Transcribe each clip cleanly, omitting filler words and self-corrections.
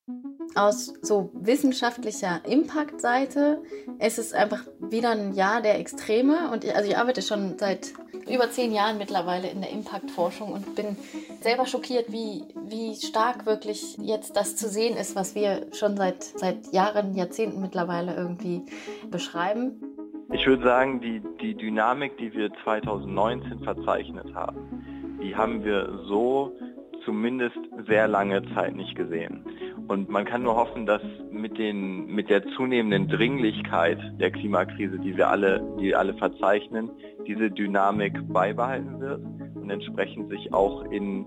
Aus so wissenschaftlicher Impact-Seite ist es einfach wieder ein Jahr der Extreme. Und ich arbeite schon seit über 10 Jahren mittlerweile in der Impact-Forschung und bin selber schockiert, wie stark wirklich jetzt das zu sehen ist, was wir schon seit Jahren, Jahrzehnten mittlerweile irgendwie beschreiben. Ich würde sagen, die Dynamik, die wir 2019 verzeichnet haben, die haben wir so zumindest sehr lange Zeit nicht gesehen. Und man kann nur hoffen, dass mit der zunehmenden Dringlichkeit der Klimakrise, die alle verzeichnen, diese Dynamik beibehalten wird und entsprechend sich auch in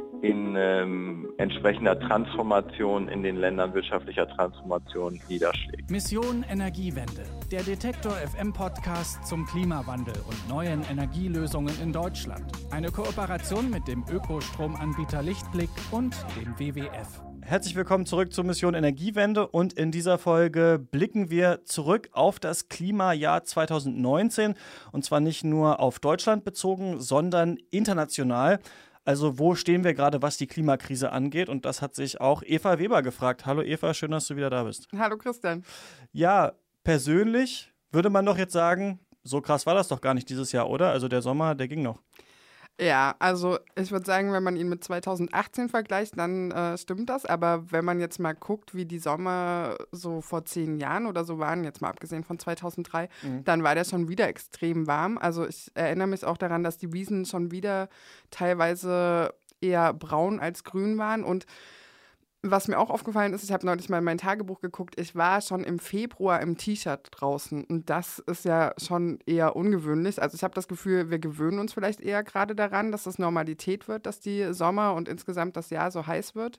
entsprechender Transformation in den Ländern wirtschaftlicher Transformation niederschlägt. Mission Energiewende, der Detektor FM Podcast zum Klimawandel und neuen Energielösungen in Deutschland. Eine Kooperation mit dem Ökostromanbieter Lichtblick und dem WWF. Herzlich willkommen zurück zur Mission Energiewende und in dieser Folge blicken wir zurück auf das Klimajahr 2019 und zwar nicht nur auf Deutschland bezogen, sondern international. Also wo stehen wir gerade, was die Klimakrise angeht? Und das hat sich auch Eva Weber gefragt. Hallo Eva, schön, dass du wieder da bist. Hallo Christian. Ja, persönlich würde man doch jetzt sagen, so krass war das doch gar nicht dieses Jahr, oder? Also der Sommer, der ging noch. Ja, also ich würde sagen, wenn man ihn mit 2018 vergleicht, dann stimmt das. Aber wenn man jetzt mal guckt, wie die Sommer so vor 10 Jahren oder so waren, jetzt mal abgesehen von 2003, dann war der schon wieder extrem warm. Also ich erinnere mich auch daran, dass die Wiesen schon wieder teilweise eher braun als grün waren. Und was mir auch aufgefallen ist, ich habe neulich mal in mein Tagebuch geguckt, ich war schon im Februar im T-Shirt draußen und das ist ja schon eher ungewöhnlich. Also ich habe das Gefühl, wir gewöhnen uns vielleicht eher gerade daran, dass das Normalität wird, dass die Sommer und insgesamt das Jahr so heiß wird.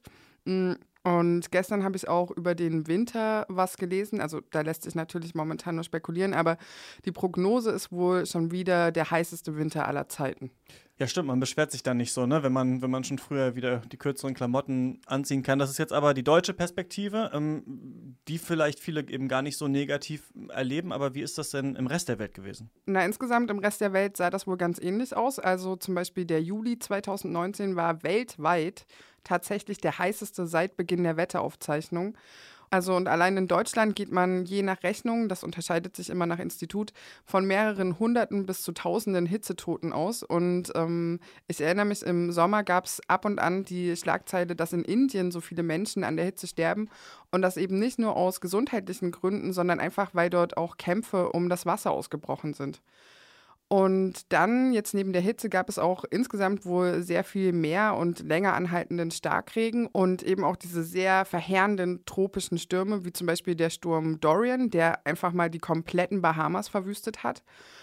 Und gestern habe ich auch über den Winter was gelesen. Also da lässt sich natürlich momentan nur spekulieren, aber die Prognose ist wohl schon wieder der heißeste Winter aller Zeiten. Ja, stimmt, man beschwert sich dann nicht so, ne, wenn man schon früher wieder die kürzeren Klamotten anziehen kann. Das ist jetzt aber die deutsche Perspektive, die vielleicht viele eben gar nicht so negativ erleben. Aber wie ist das denn im Rest der Welt gewesen? Na, insgesamt im Rest der Welt sah das wohl ganz ähnlich aus. Also zum Beispiel der Juli 2019 war weltweit tatsächlich der heißeste seit Beginn der Wetteraufzeichnung. Also und allein in Deutschland geht man je nach Rechnung, das unterscheidet sich immer nach Institut, von mehreren Hunderten bis zu Tausenden Hitzetoten aus. Und ich erinnere mich, im Sommer gab es ab und an die Schlagzeile, dass in Indien so viele Menschen an der Hitze sterben. Und das eben nicht nur aus gesundheitlichen Gründen, sondern einfach, weil dort auch Kämpfe um das Wasser ausgebrochen sind. Und dann, jetzt neben der Hitze, gab es auch insgesamt wohl sehr viel mehr und länger anhaltenden Starkregen und eben auch diese sehr verheerenden tropischen Stürme, wie zum Beispiel der Sturm Dorian, der einfach mal die kompletten Bahamas verwüstet hat.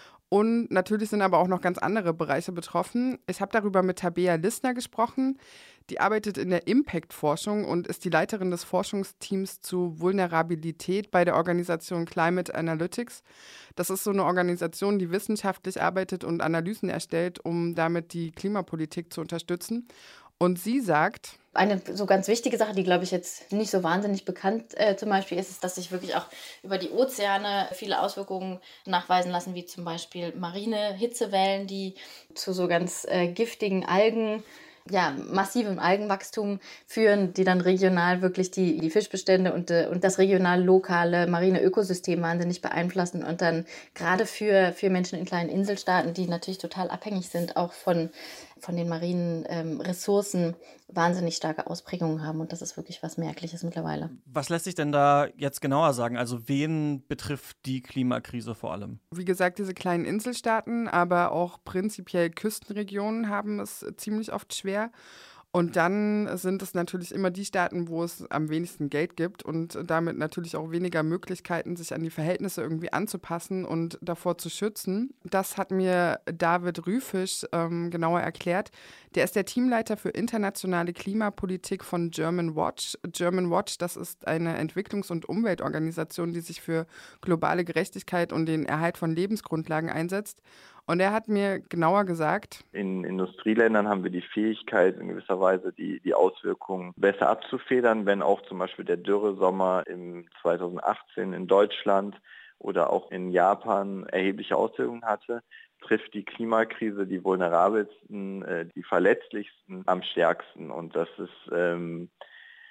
Und natürlich sind aber auch noch ganz andere Bereiche betroffen. Ich habe darüber mit Tabea Lissner gesprochen. Die arbeitet in der Impact-Forschung und ist die Leiterin des Forschungsteams zu Vulnerabilität bei der Organisation Climate Analytics. Das ist so eine Organisation, die wissenschaftlich arbeitet und Analysen erstellt, um damit die Klimapolitik zu unterstützen. Und sie sagt: Eine so ganz wichtige Sache, die, glaube ich, jetzt nicht so wahnsinnig bekannt zum Beispiel ist, dass sich wirklich auch über die Ozeane viele Auswirkungen nachweisen lassen, wie zum Beispiel marine Hitzewellen, die zu so ganz giftigen Algen, massivem Algenwachstum führen, die dann regional wirklich die Fischbestände und das regional-lokale marine Ökosystem wahnsinnig beeinflussen und dann gerade für Menschen in kleinen Inselstaaten, die natürlich total abhängig sind, auch von den marinen Ressourcen wahnsinnig starke Ausprägungen haben. Und das ist wirklich was Merkliches mittlerweile. Was lässt sich denn da jetzt genauer sagen? Also wen betrifft die Klimakrise vor allem? Wie gesagt, diese kleinen Inselstaaten, aber auch prinzipiell Küstenregionen haben es ziemlich oft schwer. Und dann sind es natürlich immer die Staaten, wo es am wenigsten Geld gibt und damit natürlich auch weniger Möglichkeiten, sich an die Verhältnisse irgendwie anzupassen und davor zu schützen. Das hat mir David Rüfisch genauer erklärt. Der ist der Teamleiter für internationale Klimapolitik von German Watch. German Watch, das ist eine Entwicklungs- und Umweltorganisation, die sich für globale Gerechtigkeit und den Erhalt von Lebensgrundlagen einsetzt. Und er hat mir genauer gesagt: In Industrieländern haben wir die Fähigkeit, in gewisser Weise die Auswirkungen besser abzufedern, wenn auch zum Beispiel der Dürresommer im 2018 in Deutschland oder auch in Japan erhebliche Auswirkungen hatte, trifft die Klimakrise die vulnerabelsten, die verletzlichsten am stärksten. Und das ist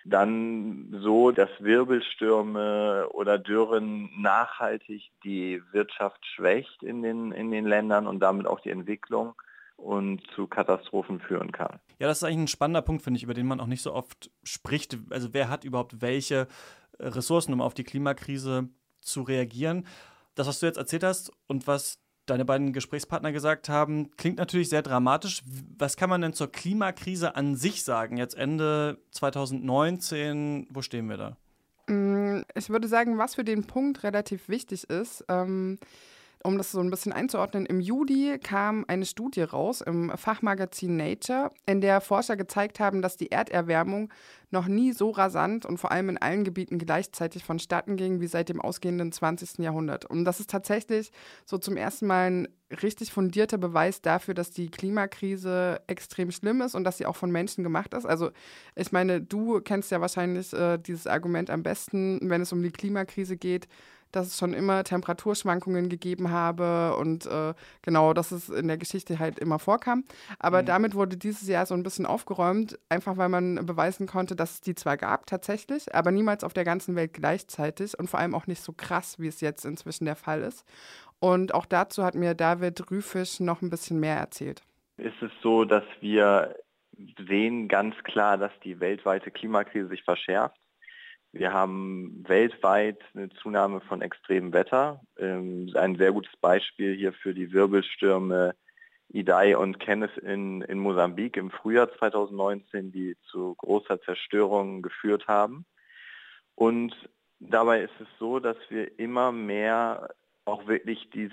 dann so, dass Wirbelstürme oder Dürren nachhaltig die Wirtschaft schwächt in den Ländern und damit auch die Entwicklung und zu Katastrophen führen kann. Ja, das ist eigentlich ein spannender Punkt, finde ich, über den man auch nicht so oft spricht. Also wer hat überhaupt welche Ressourcen, um auf die Klimakrise zu reagieren? Das, was du jetzt erzählt hast und was deine beiden Gesprächspartner gesagt haben, klingt natürlich sehr dramatisch. Was kann man denn zur Klimakrise an sich sagen? Jetzt Ende 2019, wo stehen wir da? Ich würde sagen, was für den Punkt relativ wichtig ist, um das so ein bisschen einzuordnen, im Juli kam eine Studie raus im Fachmagazin Nature, in der Forscher gezeigt haben, dass die Erderwärmung noch nie so rasant und vor allem in allen Gebieten gleichzeitig vonstatten ging wie seit dem ausgehenden 20. Jahrhundert. Und das ist tatsächlich so zum ersten Mal ein richtig fundierter Beweis dafür, dass die Klimakrise extrem schlimm ist und dass sie auch von Menschen gemacht ist. Also ich meine, du kennst ja wahrscheinlich dieses Argument am besten, wenn es um die Klimakrise geht, dass es schon immer Temperaturschwankungen gegeben habe und genau, dass es in der Geschichte halt immer vorkam. Aber damit wurde dieses Jahr so ein bisschen aufgeräumt, einfach weil man beweisen konnte, dass es die zwar gab tatsächlich, aber niemals auf der ganzen Welt gleichzeitig und vor allem auch nicht so krass, wie es jetzt inzwischen der Fall ist. Und auch dazu hat mir David Rüfisch noch ein bisschen mehr erzählt. Ist es so, dass wir sehen ganz klar, dass die weltweite Klimakrise sich verschärft. Wir haben weltweit eine Zunahme von extremem Wetter. Ein sehr gutes Beispiel hier für die Wirbelstürme Idai und Kenneth in Mosambik im Frühjahr 2019, die zu großer Zerstörung geführt haben. Und dabei ist es so, dass wir immer mehr auch wirklich die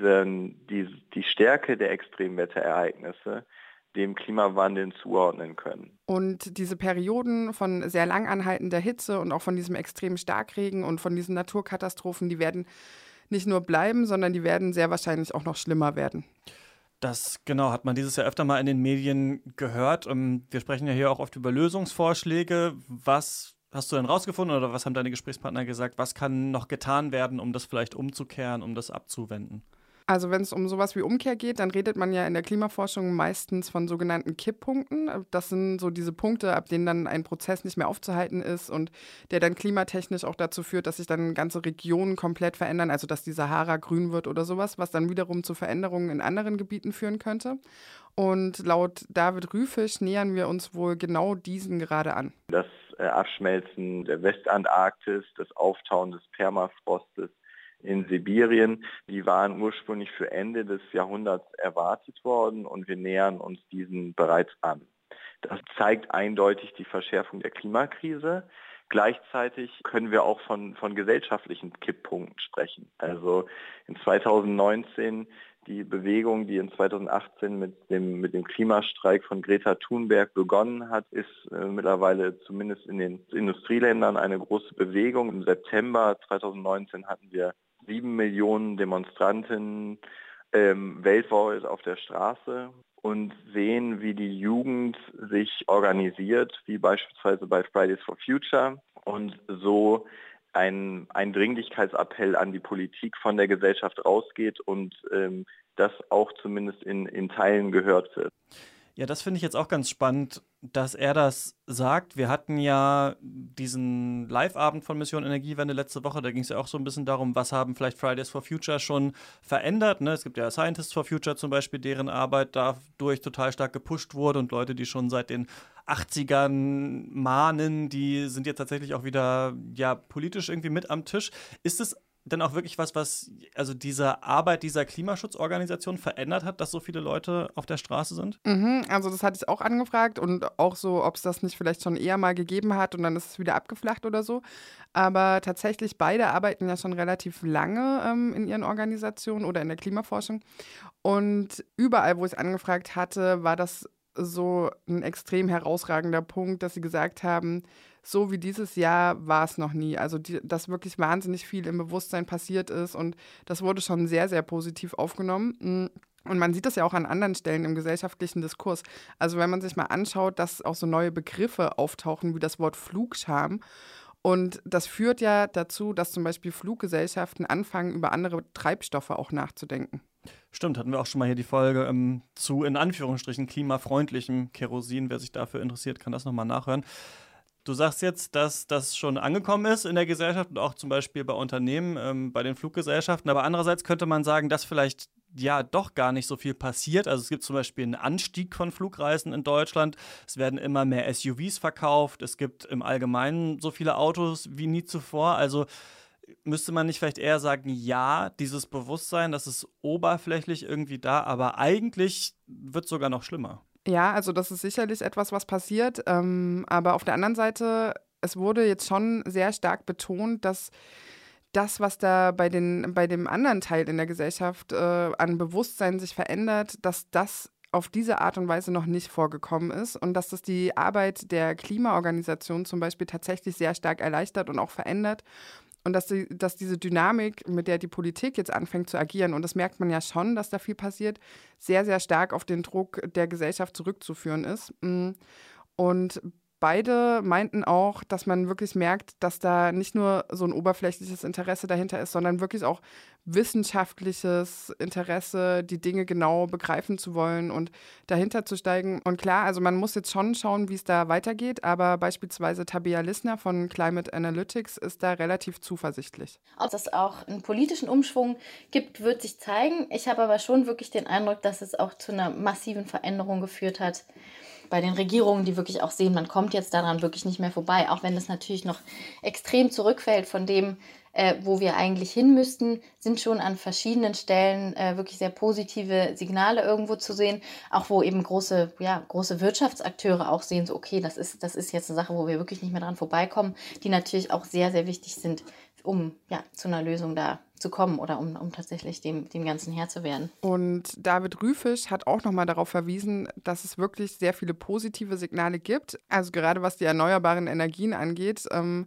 Stärke der Extremwetterereignisse dem Klimawandel zuordnen können. Und diese Perioden von sehr lang anhaltender Hitze und auch von diesem extremen Starkregen und von diesen Naturkatastrophen, die werden nicht nur bleiben, sondern die werden sehr wahrscheinlich auch noch schlimmer werden. Das, genau, hat man dieses Jahr öfter mal in den Medien gehört. Wir sprechen ja hier auch oft über Lösungsvorschläge. Was hast du denn rausgefunden oder was haben deine Gesprächspartner gesagt? Was kann noch getan werden, um das vielleicht umzukehren, um das abzuwenden? Also wenn es um sowas wie Umkehr geht, dann redet man ja in der Klimaforschung meistens von sogenannten Kipppunkten. Das sind so diese Punkte, ab denen dann ein Prozess nicht mehr aufzuhalten ist und der dann klimatechnisch auch dazu führt, dass sich dann ganze Regionen komplett verändern, also dass die Sahara grün wird oder sowas, was dann wiederum zu Veränderungen in anderen Gebieten führen könnte. Und laut David Rüfisch nähern wir uns wohl genau diesen gerade an. Das Abschmelzen der Westantarktis, das Auftauen des Permafrostes in Sibirien, die waren ursprünglich für Ende des Jahrhunderts erwartet worden und wir nähern uns diesen bereits an. Das zeigt eindeutig die Verschärfung der Klimakrise. Gleichzeitig können wir auch von gesellschaftlichen Kipppunkten sprechen. Also in 2019 die Bewegung, die in 2018 mit dem Klimastreik von Greta Thunberg begonnen hat, ist mittlerweile zumindest in den Industrieländern eine große Bewegung. Im September 2019 hatten wir 7 Millionen Demonstranten weltweit auf der Straße und sehen, wie die Jugend sich organisiert, wie beispielsweise bei Fridays for Future und so ein Dringlichkeitsappell an die Politik von der Gesellschaft rausgeht und das auch zumindest in Teilen gehört wird. Ja, das finde ich jetzt auch ganz spannend, dass er das sagt. Wir hatten ja diesen Live-Abend von Mission Energiewende letzte Woche. Da ging es ja auch so ein bisschen darum, was haben vielleicht Fridays for Future schon verändert. Ne? Es gibt ja Scientists for Future zum Beispiel, deren Arbeit dadurch total stark gepusht wurde. Und Leute, die schon seit den 80ern mahnen, die sind jetzt tatsächlich auch wieder politisch irgendwie mit am Tisch. Ist es denn auch wirklich was also diese Arbeit dieser Klimaschutzorganisation verändert hat, dass so viele Leute auf der Straße sind? Also das hatte ich auch angefragt und auch so, ob es das nicht vielleicht schon eher mal gegeben hat und dann ist es wieder abgeflacht oder so. Aber tatsächlich, beide arbeiten ja schon relativ lange in ihren Organisationen oder in der Klimaforschung. Und überall, wo ich angefragt hatte, war das so ein extrem herausragender Punkt, dass sie gesagt haben, so wie dieses Jahr war es noch nie. Also dass wirklich wahnsinnig viel im Bewusstsein passiert ist und das wurde schon sehr, sehr positiv aufgenommen. Und man sieht das ja auch an anderen Stellen im gesellschaftlichen Diskurs. Also wenn man sich mal anschaut, dass auch so neue Begriffe auftauchen, wie das Wort Flugscham. Und das führt ja dazu, dass zum Beispiel Fluggesellschaften anfangen, über andere Treibstoffe auch nachzudenken. Stimmt, hatten wir auch schon mal hier die Folge zu, in Anführungsstrichen, klimafreundlichem Kerosin. Wer sich dafür interessiert, kann das nochmal nachhören. Du sagst jetzt, dass das schon angekommen ist in der Gesellschaft und auch zum Beispiel bei Unternehmen, bei den Fluggesellschaften. Aber andererseits könnte man sagen, dass vielleicht ja doch gar nicht so viel passiert. Also es gibt zum Beispiel einen Anstieg von Flugreisen in Deutschland. Es werden immer mehr SUVs verkauft. Es gibt im Allgemeinen so viele Autos wie nie zuvor. Also müsste man nicht vielleicht eher sagen, ja, dieses Bewusstsein, das ist oberflächlich irgendwie da, aber eigentlich wird es sogar noch schlimmer. Ja, also das ist sicherlich etwas, was passiert. Aber auf der anderen Seite, es wurde jetzt schon sehr stark betont, dass das, was da bei dem anderen Teil in der Gesellschaft an Bewusstsein sich verändert, dass das auf diese Art und Weise noch nicht vorgekommen ist und dass das die Arbeit der Klimaorganisation zum Beispiel tatsächlich sehr stark erleichtert und auch verändert. Und dass diese Dynamik, mit der die Politik jetzt anfängt zu agieren, und das merkt man ja schon, dass da viel passiert, sehr, sehr stark auf den Druck der Gesellschaft zurückzuführen ist. Und beide meinten auch, dass man wirklich merkt, dass da nicht nur so ein oberflächliches Interesse dahinter ist, sondern wirklich auch wissenschaftliches Interesse, die Dinge genau begreifen zu wollen und dahinter zu steigen. Und klar, also man muss jetzt schon schauen, wie es da weitergeht, aber beispielsweise Tabea Lissner von Climate Analytics ist da relativ zuversichtlich. Ob es auch einen politischen Umschwung gibt, wird sich zeigen. Ich habe aber schon wirklich den Eindruck, dass es auch zu einer massiven Veränderung geführt hat bei den Regierungen, die wirklich auch sehen, man kommt jetzt daran wirklich nicht mehr vorbei, auch wenn es natürlich noch extrem zurückfällt von dem, wo wir eigentlich hin müssten, sind schon an verschiedenen Stellen wirklich sehr positive Signale irgendwo zu sehen, auch wo eben große Wirtschaftsakteure auch sehen, so okay, das ist jetzt eine Sache, wo wir wirklich nicht mehr dran vorbeikommen, die natürlich auch sehr, sehr wichtig sind, um zu einer Lösung da zu kommen oder um tatsächlich dem Ganzen Herr zu werden. Und David Rüfisch hat auch nochmal darauf verwiesen, dass es wirklich sehr viele positive Signale gibt. Also gerade was die erneuerbaren Energien angeht,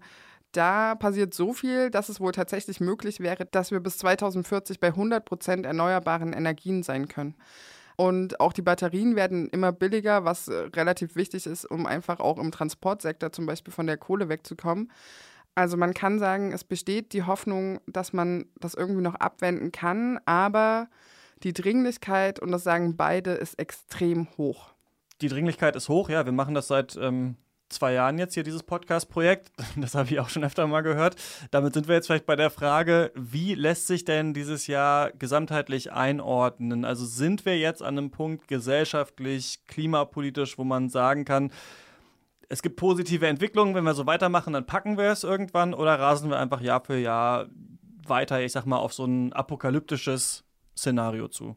da passiert so viel, dass es wohl tatsächlich möglich wäre, dass wir bis 2040 bei 100% erneuerbaren Energien sein können. Und auch die Batterien werden immer billiger, was relativ wichtig ist, um einfach auch im Transportsektor zum Beispiel von der Kohle wegzukommen. Also man kann sagen, es besteht die Hoffnung, dass man das irgendwie noch abwenden kann, aber die Dringlichkeit, und das sagen beide, ist extrem hoch. Die Dringlichkeit ist hoch, ja. Wir machen das seit 2 Jahren jetzt hier, dieses Podcast-Projekt. Das habe ich auch schon öfter mal gehört. Damit sind wir jetzt vielleicht bei der Frage, wie lässt sich denn dieses Jahr gesamtheitlich einordnen? Also sind wir jetzt an einem Punkt gesellschaftlich, klimapolitisch, wo man sagen kann, es gibt positive Entwicklungen, wenn wir so weitermachen, dann packen wir es irgendwann, oder rasen wir einfach Jahr für Jahr weiter, ich sag mal, auf so ein apokalyptisches Szenario zu?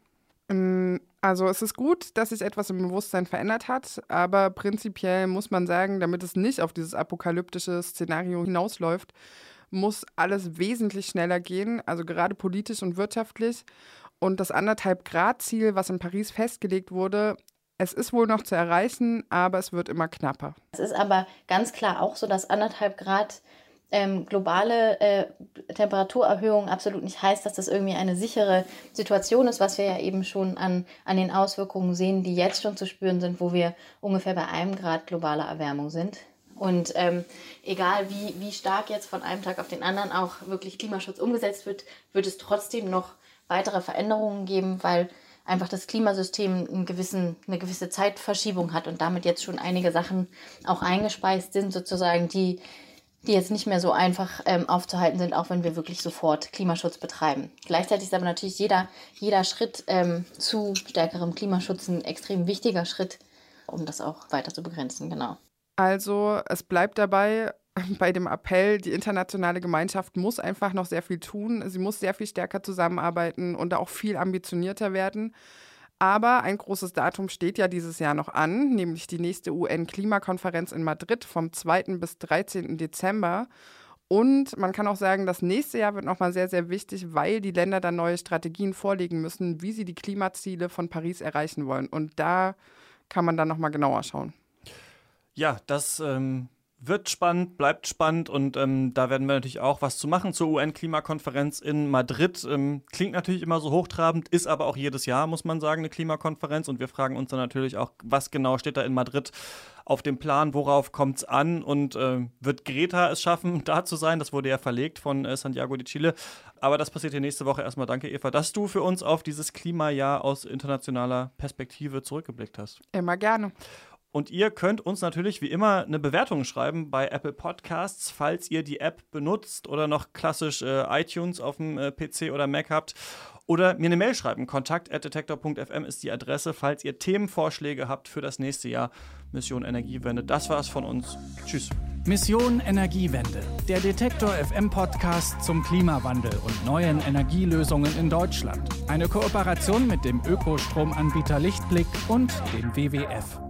Also es ist gut, dass sich etwas im Bewusstsein verändert hat, aber prinzipiell muss man sagen, damit es nicht auf dieses apokalyptische Szenario hinausläuft, muss alles wesentlich schneller gehen, also gerade politisch und wirtschaftlich. Und das 1,5-Grad-Ziel, was in Paris festgelegt wurde, es ist wohl noch zu erreichen, aber es wird immer knapper. Es ist aber ganz klar auch so, dass 1,5 Grad globale Temperaturerhöhung absolut nicht heißt, dass das irgendwie eine sichere Situation ist, was wir ja eben schon an den Auswirkungen sehen, die jetzt schon zu spüren sind, wo wir ungefähr bei 1 Grad globaler Erwärmung sind. Und egal wie stark jetzt von einem Tag auf den anderen auch wirklich Klimaschutz umgesetzt wird, wird es trotzdem noch weitere Veränderungen geben, weil einfach das Klimasystem eine gewisse Zeitverschiebung hat und damit jetzt schon einige Sachen auch eingespeist sind, sozusagen, die jetzt nicht mehr so einfach aufzuhalten sind, auch wenn wir wirklich sofort Klimaschutz betreiben. Gleichzeitig ist aber natürlich jeder Schritt zu stärkerem Klimaschutz ein extrem wichtiger Schritt, um das auch weiter zu begrenzen, genau. Also es bleibt dabei, bei dem Appell, die internationale Gemeinschaft muss einfach noch sehr viel tun. Sie muss sehr viel stärker zusammenarbeiten und auch viel ambitionierter werden. Aber ein großes Datum steht ja dieses Jahr noch an, nämlich die nächste UN-Klimakonferenz in Madrid vom 2. bis 13. Dezember. Und man kann auch sagen, das nächste Jahr wird nochmal sehr, sehr wichtig, weil die Länder dann neue Strategien vorlegen müssen, wie sie die Klimaziele von Paris erreichen wollen. Und da kann man dann nochmal genauer schauen. Ja, das wird spannend, bleibt spannend, und da werden wir natürlich auch was zu machen zur UN-Klimakonferenz in Madrid. Klingt natürlich immer so hochtrabend, ist aber auch jedes Jahr, muss man sagen, eine Klimakonferenz, und wir fragen uns dann natürlich auch, was genau steht da in Madrid auf dem Plan, worauf kommt es an, und wird Greta es schaffen, da zu sein? Das wurde ja verlegt von Santiago de Chile, aber das passiert hier nächste Woche. Erstmal danke, Eva, dass du für uns auf dieses Klimajahr aus internationaler Perspektive zurückgeblickt hast. Immer gerne. Und ihr könnt uns natürlich wie immer eine Bewertung schreiben bei Apple Podcasts, falls ihr die App benutzt oder noch klassisch iTunes auf dem PC oder Mac habt. Oder mir eine Mail schreiben. kontakt@detektor.fm ist die Adresse, falls ihr Themenvorschläge habt für das nächste Jahr Mission Energiewende. Das war's von uns. Tschüss. Mission Energiewende. Der Detektor FM Podcast zum Klimawandel und neuen Energielösungen in Deutschland. Eine Kooperation mit dem Ökostromanbieter Lichtblick und dem WWF.